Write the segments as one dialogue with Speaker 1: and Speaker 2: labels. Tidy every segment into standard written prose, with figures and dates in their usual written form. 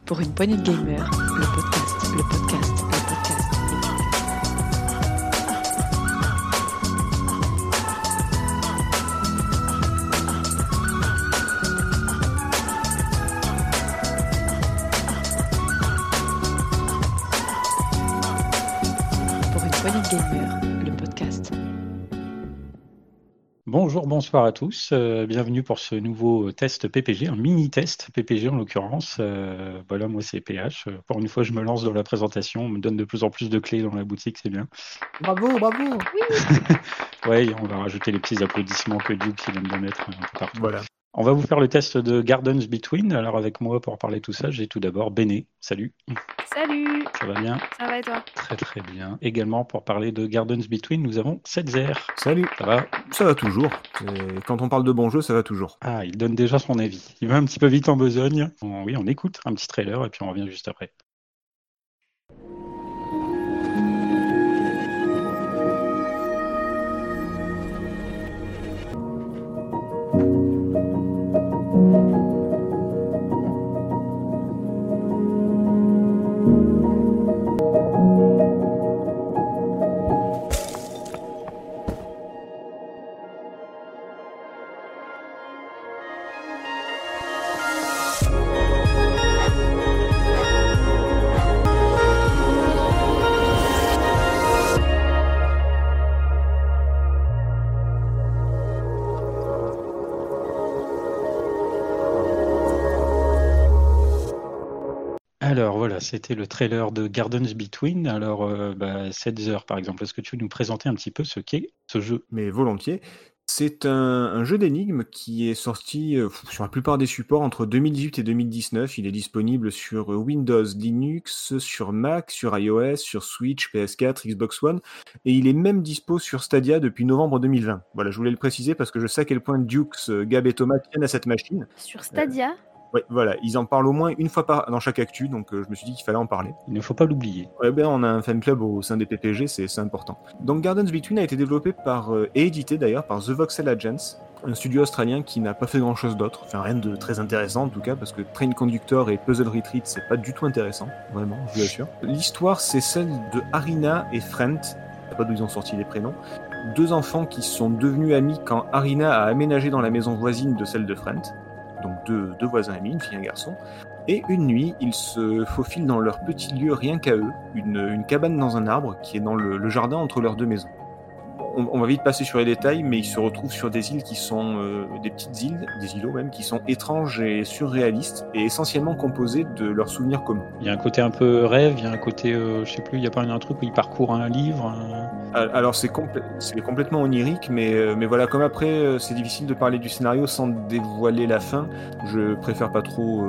Speaker 1: Pour une poignée de gamers, le podcast, le podcast, le podcast. Pour une poignée de gamers, le podcast.
Speaker 2: Bonjour, bonsoir à tous. Bienvenue pour ce nouveau test PPG, un mini-test PPG en l'occurrence. Voilà, moi c'est PH. Pour une fois, je me lance dans la présentation. On me donne de plus en plus de clés dans la boutique, c'est bien.
Speaker 3: Bravo, bravo.
Speaker 2: Ouais, on va rajouter les petits applaudissements que Duke il aime bien mettre un peu partout.
Speaker 3: Voilà.
Speaker 2: On va vous faire le test de Gardens Between. Alors avec moi pour parler de tout ça, j'ai tout d'abord Béné. Salut,
Speaker 4: Salut,
Speaker 2: ça va bien?
Speaker 4: ça va et toi?
Speaker 2: Très très bien. Également pour parler de Gardens Between, nous avons Setzer.
Speaker 3: Salut.
Speaker 2: Ça va?
Speaker 3: Ça va toujours. Quand on parle de bons jeux, ça va toujours.
Speaker 2: Ah, il donne déjà son avis. Il va un petit peu vite en besogne. Oui, on écoute un petit trailer et puis on revient juste après. Alors voilà, c'était le trailer de Gardens Between. Alors, Setzer par exemple, est-ce que tu veux nous présenter un petit peu ce qu'est ce jeu?
Speaker 3: Mais volontiers. C'est un jeu d'énigmes qui est sorti sur la plupart des supports entre 2018 et 2019. Il est disponible sur Windows, Linux, sur Mac, sur iOS, sur Switch, PS4, Xbox One. Et il est même dispo sur Stadia depuis novembre 2020. Voilà, je voulais le préciser parce que je sais à quel point Dukes, Gab et Thomas tiennent à cette machine.
Speaker 4: Sur Stadia?
Speaker 3: Ouais, voilà, ils en parlent au moins une fois dans chaque actu, donc je me suis dit qu'il fallait en parler.
Speaker 2: Il ne faut pas l'oublier.
Speaker 3: Ouais, ben on a un fan club au sein des PPG, c'est important. Donc Gardens Between a été développé et édité d'ailleurs par The Voxel Agents, un studio australien qui n'a pas fait grand chose d'autre, enfin rien de très intéressant en tout cas, parce que Train Conductor et Puzzle Retreat c'est pas du tout intéressant, vraiment, je vous l'assure. L'histoire c'est celle de Harina et Frent, je sais pas d'où ils ont sorti les prénoms, deux enfants qui sont devenus amis quand Harina a aménagé dans la maison voisine de celle de Frent. Donc deux voisins amis, une fille et un garçon. Et une nuit, ils se faufilent dans leur petit lieu rien qu'à eux, une cabane dans un arbre qui est dans le jardin entre leurs deux maisons. On va vite passer sur les détails, mais ils se retrouvent sur des îles qui sont des petites îles, des îlots même, qui sont étranges et surréalistes, et essentiellement composés de leurs souvenirs communs.
Speaker 2: Il y a un côté un peu rêve, il y a un côté, je sais plus, il y a pas un truc où il parcourt un livre.
Speaker 3: Alors c'est complètement onirique, mais voilà, comme après c'est difficile de parler du scénario sans dévoiler la fin, je préfère pas trop...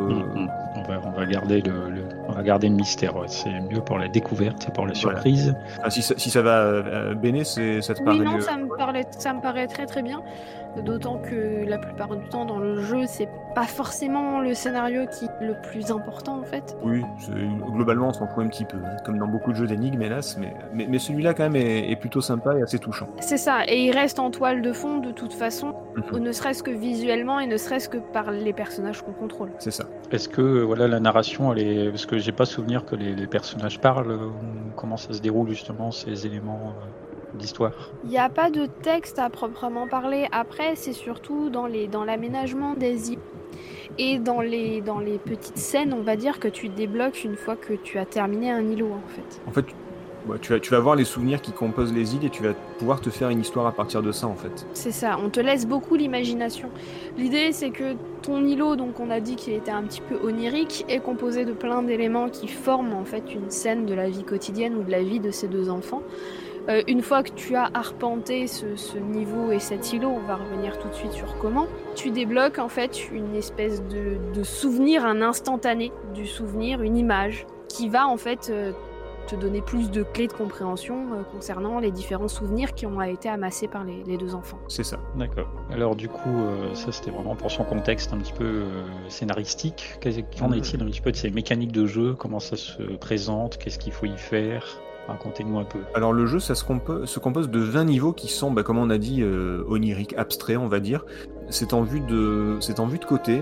Speaker 2: On va garder on va garder le mystère, ouais. C'est mieux pour la découverte et pour la surprise.
Speaker 3: Voilà. Ah, si ça va, Béné, ça te paraît...
Speaker 4: Oui, non, ça me paraît très très bien. D'autant que la plupart du temps dans le jeu, c'est pas forcément le scénario qui est le plus important en fait.
Speaker 3: Oui, globalement on s'en fout un petit peu, hein, comme dans beaucoup de jeux d'énigmes hélas, mais celui-là quand même est plutôt sympa et assez touchant.
Speaker 4: C'est ça, et il reste en toile de fond de toute façon, ne serait-ce que visuellement et ne serait-ce que par les personnages qu'on contrôle.
Speaker 3: C'est ça.
Speaker 2: Est-ce que voilà la narration, parce que j'ai pas souvenir que les personnages parlent, comment ça se déroule justement ces éléments d'histoire?
Speaker 4: Il n'y a pas de texte à proprement parler. Après, c'est surtout dans l'aménagement des îles et dans les petites scènes, on va dire, que tu débloques une fois que tu as terminé un îlot, en fait.
Speaker 3: En fait, tu vas voir les souvenirs qui composent les îles et tu vas pouvoir te faire une histoire à partir de ça, en fait.
Speaker 4: C'est ça, on te laisse beaucoup l'imagination. L'idée, c'est que ton îlot, donc on a dit qu'il était un petit peu onirique, est composé de plein d'éléments qui forment en fait une scène de la vie quotidienne ou de la vie de ces deux enfants. Une fois que tu as arpenté ce niveau et cet îlot, on va revenir tout de suite sur comment, tu débloques en fait une espèce de souvenir, un instantané du souvenir, une image, qui va en fait te donner plus de clés de compréhension concernant les différents souvenirs qui ont été amassés par les deux enfants.
Speaker 3: C'est ça.
Speaker 2: D'accord. Alors du coup, ça c'était vraiment pour son contexte un petit peu scénaristique. Qu'en est-il un petit peu de ces mécaniques de jeu? Comment ça se présente? Qu'est-ce qu'il faut y faire? Racontez-nous un peu.
Speaker 3: Alors le jeu, ça se compose de 20 niveaux qui sont, comme on a dit, oniriques, abstraits, on va dire. C'est en vue de côté.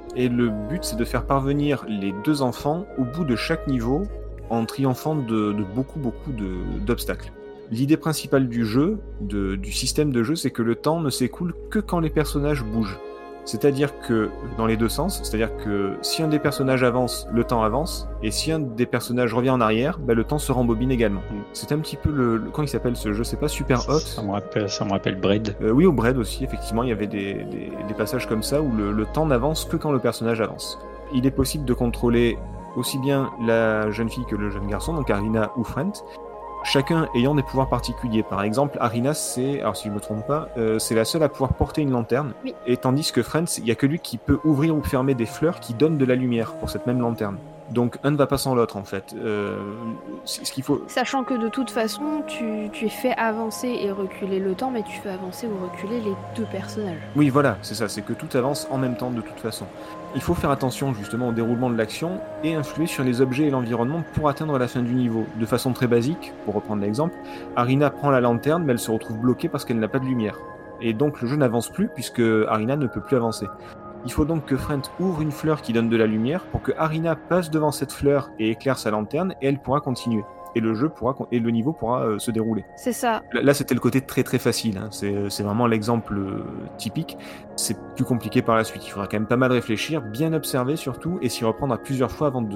Speaker 3: Et le but, c'est de faire parvenir les 2 enfants au bout de chaque niveau en triomphant de beaucoup d'obstacles. L'idée principale du jeu, du système de jeu, c'est que le temps ne s'écoule que quand les personnages bougent. C'est-à-dire que, dans les 2 sens, c'est-à-dire que si un des personnages avance, le temps avance, et si un des personnages revient en arrière, le temps se rembobine également. C'est un petit peu comment il s'appelle ce jeu, c'est pas Super Hot?
Speaker 2: Ça me rappelle Braid.
Speaker 3: Oui, au Braid aussi, effectivement, il y avait des passages comme ça où le temps n'avance que quand le personnage avance. Il est possible de contrôler aussi bien la jeune fille que le jeune garçon, donc Arina ou Frent, chacun ayant des pouvoirs particuliers. Par exemple, Arina, alors si je me trompe pas, c'est la seule à pouvoir porter une lanterne,
Speaker 4: Oui.
Speaker 3: et tandis que Frent, il y a que lui qui peut ouvrir ou fermer des fleurs qui donnent de la lumière pour cette même lanterne. Donc un ne va pas sans l'autre en fait. Ce qu'il faut...
Speaker 4: Sachant que de toute façon, tu fais avancer et reculer le temps, mais tu fais avancer ou reculer les 2 personnages.
Speaker 3: Oui, voilà, c'est ça, c'est que tout avance en même temps de toute façon. Il faut faire attention justement au déroulement de l'action et influer sur les objets et l'environnement pour atteindre la fin du niveau. De façon très basique, pour reprendre l'exemple, Arina prend la lanterne mais elle se retrouve bloquée parce qu'elle n'a pas de lumière. Et donc le jeu n'avance plus puisque Arina ne peut plus avancer. Il faut donc que Frent ouvre une fleur qui donne de la lumière pour que Arina passe devant cette fleur et éclaire sa lanterne et elle pourra continuer. Et le niveau pourra se dérouler.
Speaker 4: C'est ça.
Speaker 3: Là, c'était le côté très très facile. Hein. C'est vraiment l'exemple typique. C'est plus compliqué par la suite. Il faudra quand même pas mal réfléchir, bien observer surtout, et s'y reprendre à plusieurs fois avant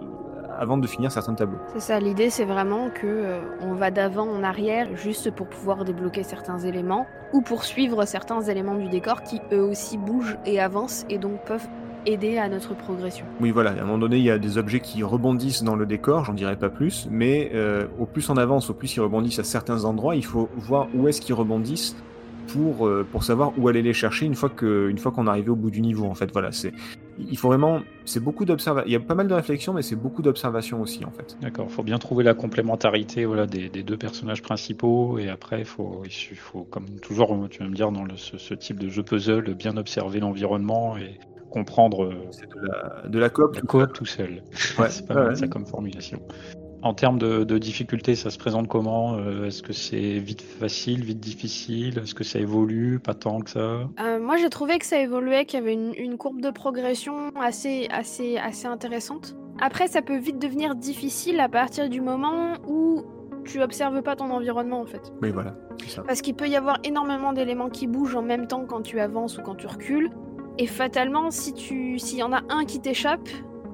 Speaker 3: de finir certains tableaux.
Speaker 4: C'est ça, l'idée c'est vraiment que on va d'avant en arrière juste pour pouvoir débloquer certains éléments ou pour suivre certains éléments du décor qui eux aussi bougent et avancent et donc peuvent aider à notre progression.
Speaker 3: Oui, voilà, à un moment donné, il y a des objets qui rebondissent dans le décor, j'en dirai pas plus, mais au plus on avance, au plus ils rebondissent à certains endroits, il faut voir où est-ce qu'ils rebondissent pour savoir où aller les chercher une fois qu'on est arrivé au bout du niveau, en fait. Voilà, il faut vraiment... C'est beaucoup d'observation. Il y a pas mal de réflexion, mais c'est beaucoup d'observation aussi, en fait.
Speaker 2: D'accord, il faut bien trouver la complémentarité des 2 personnages principaux, et après, il faut, comme toujours, tu vas me dire, dans ce type de jeu puzzle, bien observer l'environnement et comprendre
Speaker 3: c'est de la coop
Speaker 2: tout seul.
Speaker 3: Ouais,
Speaker 2: c'est pas mal ça comme formulation. En termes de difficulté, ça se présente comment? Est-ce que c'est vite facile, vite difficile? Est-ce que ça évolue? Pas tant que ça?
Speaker 4: Moi j'ai trouvé que ça évoluait, qu'il y avait une courbe de progression assez intéressante. Après ça peut vite devenir difficile à partir du moment où tu observes pas ton environnement en fait.
Speaker 3: Oui, voilà, c'est ça.
Speaker 4: Parce qu'il peut y avoir énormément d'éléments qui bougent en même temps quand tu avances ou quand tu recules. Et fatalement, s'il y en a un qui t'échappe,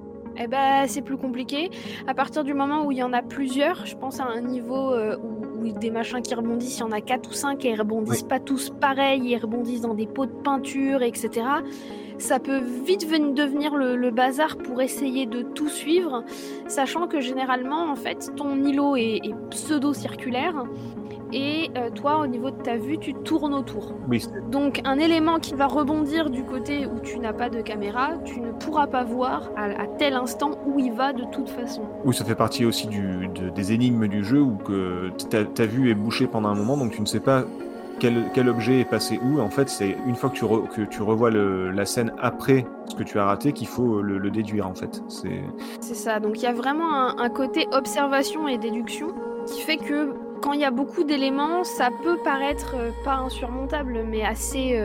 Speaker 4: c'est plus compliqué. À partir du moment où il y en a plusieurs, je pense à un niveau où des machins qui rebondissent, il y en a 4 ou 5 et ils rebondissent pas tous pareil, ils rebondissent dans des pots de peinture, etc. Ça peut vite devenir le bazar pour essayer de tout suivre, sachant que généralement, en fait, ton îlot est pseudo-circulaire. Et toi, au niveau de ta vue, tu tournes autour.
Speaker 3: Oui.
Speaker 4: Donc un élément qui va rebondir du côté où tu n'as pas de caméra, tu ne pourras pas voir à tel instant où il va de toute façon.
Speaker 3: Oui, ça fait partie aussi des énigmes du jeu où que ta vue est bouchée pendant un moment, donc tu ne sais pas quel objet est passé où. En fait, c'est une fois que tu revois la scène après ce que tu as raté qu'il faut le déduire, en fait.
Speaker 4: C'est ça, donc il y a vraiment un côté observation et déduction qui fait que quand il y a beaucoup d'éléments, ça peut paraître pas insurmontable, mais assez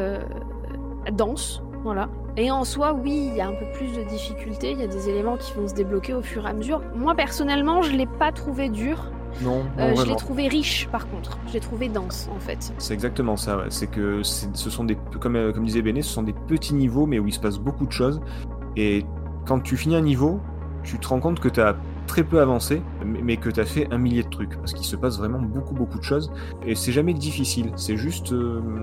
Speaker 4: dense, voilà. Et en soi, oui, il y a un peu plus de difficultés, il y a des éléments qui vont se débloquer au fur et à mesure. Moi, personnellement, je l'ai pas trouvé dur.
Speaker 3: Non,
Speaker 4: je l'ai trouvé riche, par contre. Je l'ai trouvé dense, en fait.
Speaker 3: C'est exactement ça, ouais. C'est que ce sont comme disait Béné, ce sont des petits niveaux, mais où il se passe beaucoup de choses. Et quand tu finis un niveau, tu te rends compte que tu as très peu avancé, mais que tu as fait 1 millier de trucs, parce qu'il se passe vraiment beaucoup de choses, et c'est jamais difficile, c'est juste...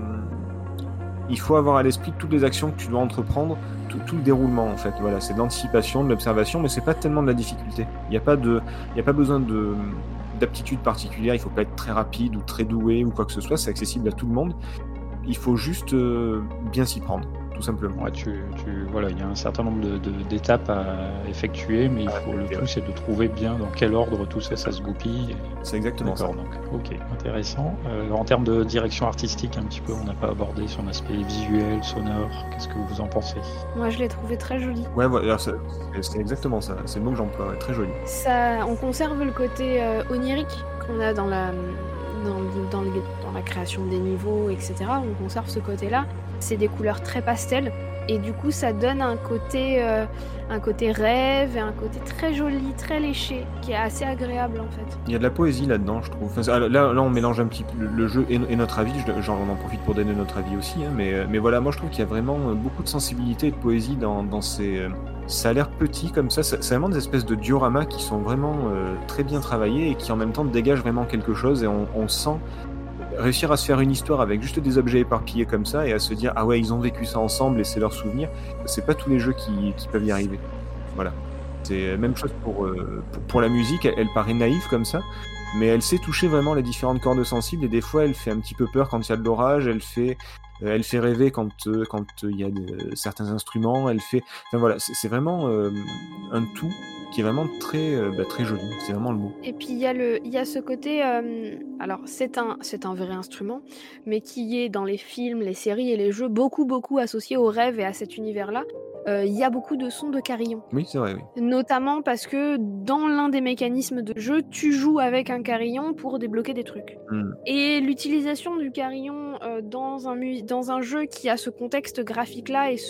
Speaker 3: il faut avoir à l'esprit toutes les actions que tu dois entreprendre, tout le déroulement en fait, voilà, c'est de l'anticipation, de l'observation, mais c'est pas tellement de la difficulté, il n'y a pas besoin d'aptitude particulière, il faut pas être très rapide ou très doué ou quoi que ce soit, c'est accessible à tout le monde, il faut juste bien s'y prendre. Tout simplement.
Speaker 2: Ouais, voilà, il y a un certain nombre d'étapes à effectuer, mais le tout c'est de trouver bien dans quel ordre tout ça se goupille.
Speaker 3: C'est exactement ça.
Speaker 2: Donc, ok, intéressant. En termes de direction artistique, un petit peu, on n'a pas abordé son aspect visuel, sonore. Qu'est-ce que vous en pensez?
Speaker 4: Moi, je l'ai trouvé très joli.
Speaker 3: Ouais, voilà, c'est exactement ça. C'est le mot que j'emploie, ouais, très joli.
Speaker 4: Ça, on conserve le côté onirique qu'on a dans la création des niveaux, etc. On conserve ce côté-là. C'est des couleurs très pastel, Et du coup, ça donne un côté rêve et un côté très joli, très léché, qui est assez agréable en fait.
Speaker 3: Il y a de la poésie là-dedans, je trouve. Enfin, là, on mélange un petit peu le jeu et notre avis. Genre, on en profite pour donner notre avis aussi. Hein, mais voilà, moi je trouve qu'il y a vraiment beaucoup de sensibilité et de poésie dans ces. Ça a l'air petit comme ça. C'est vraiment des espèces de dioramas qui sont vraiment très bien travaillés et qui en même temps dégagent vraiment quelque chose. Et on sent réussir à se faire une histoire avec juste des objets éparpillés comme ça et à se dire ah ouais, ils ont vécu ça ensemble et c'est leur souvenir. C'est pas tous les jeux qui peuvent y arriver. Voilà. C'est la même chose pour la musique, elle paraît naïve comme ça, mais elle sait toucher vraiment les différentes cordes sensibles et des fois elle fait un petit peu peur quand il y a de l'orage, elle fait rêver quand il y a certains instruments, enfin voilà, c'est vraiment un tout qui est vraiment très joli, c'est vraiment le mot.
Speaker 4: Et puis il y a ce côté, alors c'est un vrai instrument, mais qui est dans les films, les séries et les jeux beaucoup associé au rêve et à cet univers-là. Il y a beaucoup de sons de carillon.
Speaker 3: Oui, c'est vrai, oui.
Speaker 4: Notamment parce que dans l'un des mécanismes de jeu, tu joues avec un carillon pour débloquer des trucs. Et l'utilisation du carillon dans un jeu qui a ce contexte graphique-là et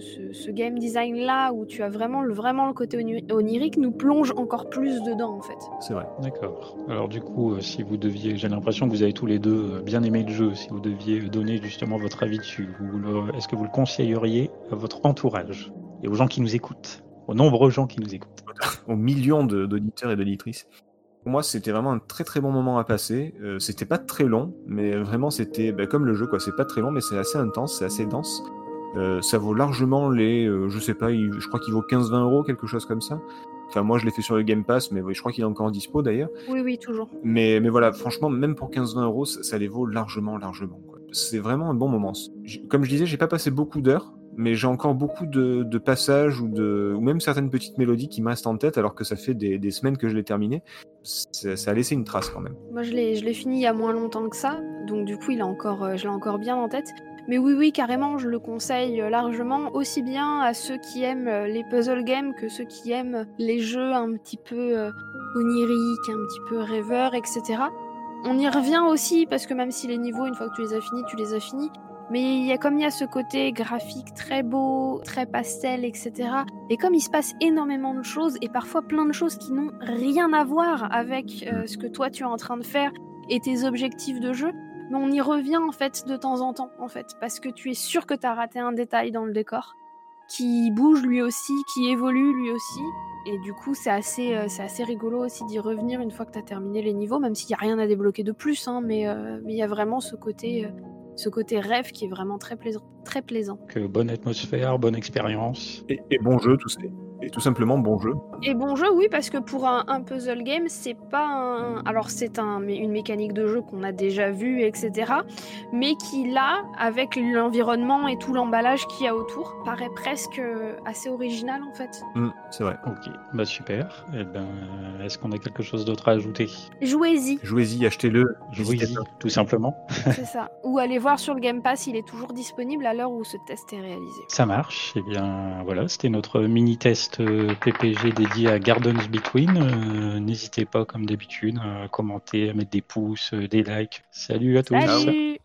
Speaker 4: ce game design-là où tu as vraiment le côté onirique nous plonge encore plus dedans en fait.
Speaker 3: C'est vrai.
Speaker 2: D'accord. Alors du coup, si vous deviez, j'ai l'impression que vous avez tous les deux bien aimé le jeu, si vous deviez donner justement votre avis dessus, est-ce que vous le conseilleriez à votre entourage et aux gens qui nous écoutent, aux nombreux gens qui nous écoutent?
Speaker 3: Aux millions d'auditeurs et d'auditrices. Pour moi, c'était vraiment un très très bon moment à passer. C'était pas très long, mais vraiment c'était comme le jeu, quoi. C'est pas très long, mais c'est assez intense, c'est assez dense. Ça vaut largement les, je sais pas, je crois qu'il vaut 15-20 euros, quelque chose comme ça. Enfin, moi je l'ai fait sur le Game Pass, mais je crois qu'il est encore en dispo d'ailleurs.
Speaker 4: Oui, toujours.
Speaker 3: Mais voilà, franchement, même pour 15-20 euros, ça les vaut largement, quoi. C'est vraiment un bon moment. Comme je disais, j'ai pas passé beaucoup d'heures, mais j'ai encore beaucoup de passages ou même certaines petites mélodies qui me restent en tête alors que ça fait des semaines que je l'ai terminé. Ça a laissé une trace quand même.
Speaker 4: Moi je l'ai fini il y a moins longtemps que ça, donc du coup je l'ai encore bien en tête. Mais oui, carrément, je le conseille largement, aussi bien à ceux qui aiment les puzzle games que ceux qui aiment les jeux un petit peu oniriques, un petit peu rêveurs, etc. On y revient aussi, parce que même si les niveaux, une fois que tu les as finis, mais il y a ce côté graphique très beau, très pastel, etc. Et comme il se passe énormément de choses, et parfois plein de choses qui n'ont rien à voir avec ce que toi tu es en train de faire et tes objectifs de jeu, mais on y revient en fait de temps en temps, en fait, parce que tu es sûr que tu as raté un détail dans le décor, qui bouge lui aussi, qui évolue lui aussi, et du coup c'est assez rigolo aussi d'y revenir une fois que tu as terminé les niveaux, même s'il n'y a rien à débloquer de plus, hein, mais il y a vraiment ce côté rêve qui est vraiment très plaisant. Très plaisant.
Speaker 2: Que bonne atmosphère, bonne expérience.
Speaker 3: Et bon jeu, et tout simplement bon jeu.
Speaker 4: Et bon jeu, oui, parce que pour un puzzle game, c'est pas un... Alors c'est une mécanique de jeu qu'on a déjà vue, etc. Mais qui là, avec l'environnement et tout l'emballage qu'il y a autour, paraît presque assez original en fait.
Speaker 3: C'est vrai.
Speaker 2: Ok, super. Eh ben, est-ce qu'on a quelque chose d'autre à ajouter?
Speaker 4: Jouez-y.
Speaker 3: Jouez-y, achetez-le.
Speaker 2: Jouez-y, tout simplement.
Speaker 4: C'est ça. Ou allez voir sur le Game Pass, il est toujours disponible à l'heure où ce test est réalisé.
Speaker 2: Ça marche. Eh bien, voilà, c'était notre mini-test PPG dédié à Gardens Between. N'hésitez pas, comme d'habitude, à commenter, à mettre des pouces, des likes. Salut à tous.
Speaker 4: Salut.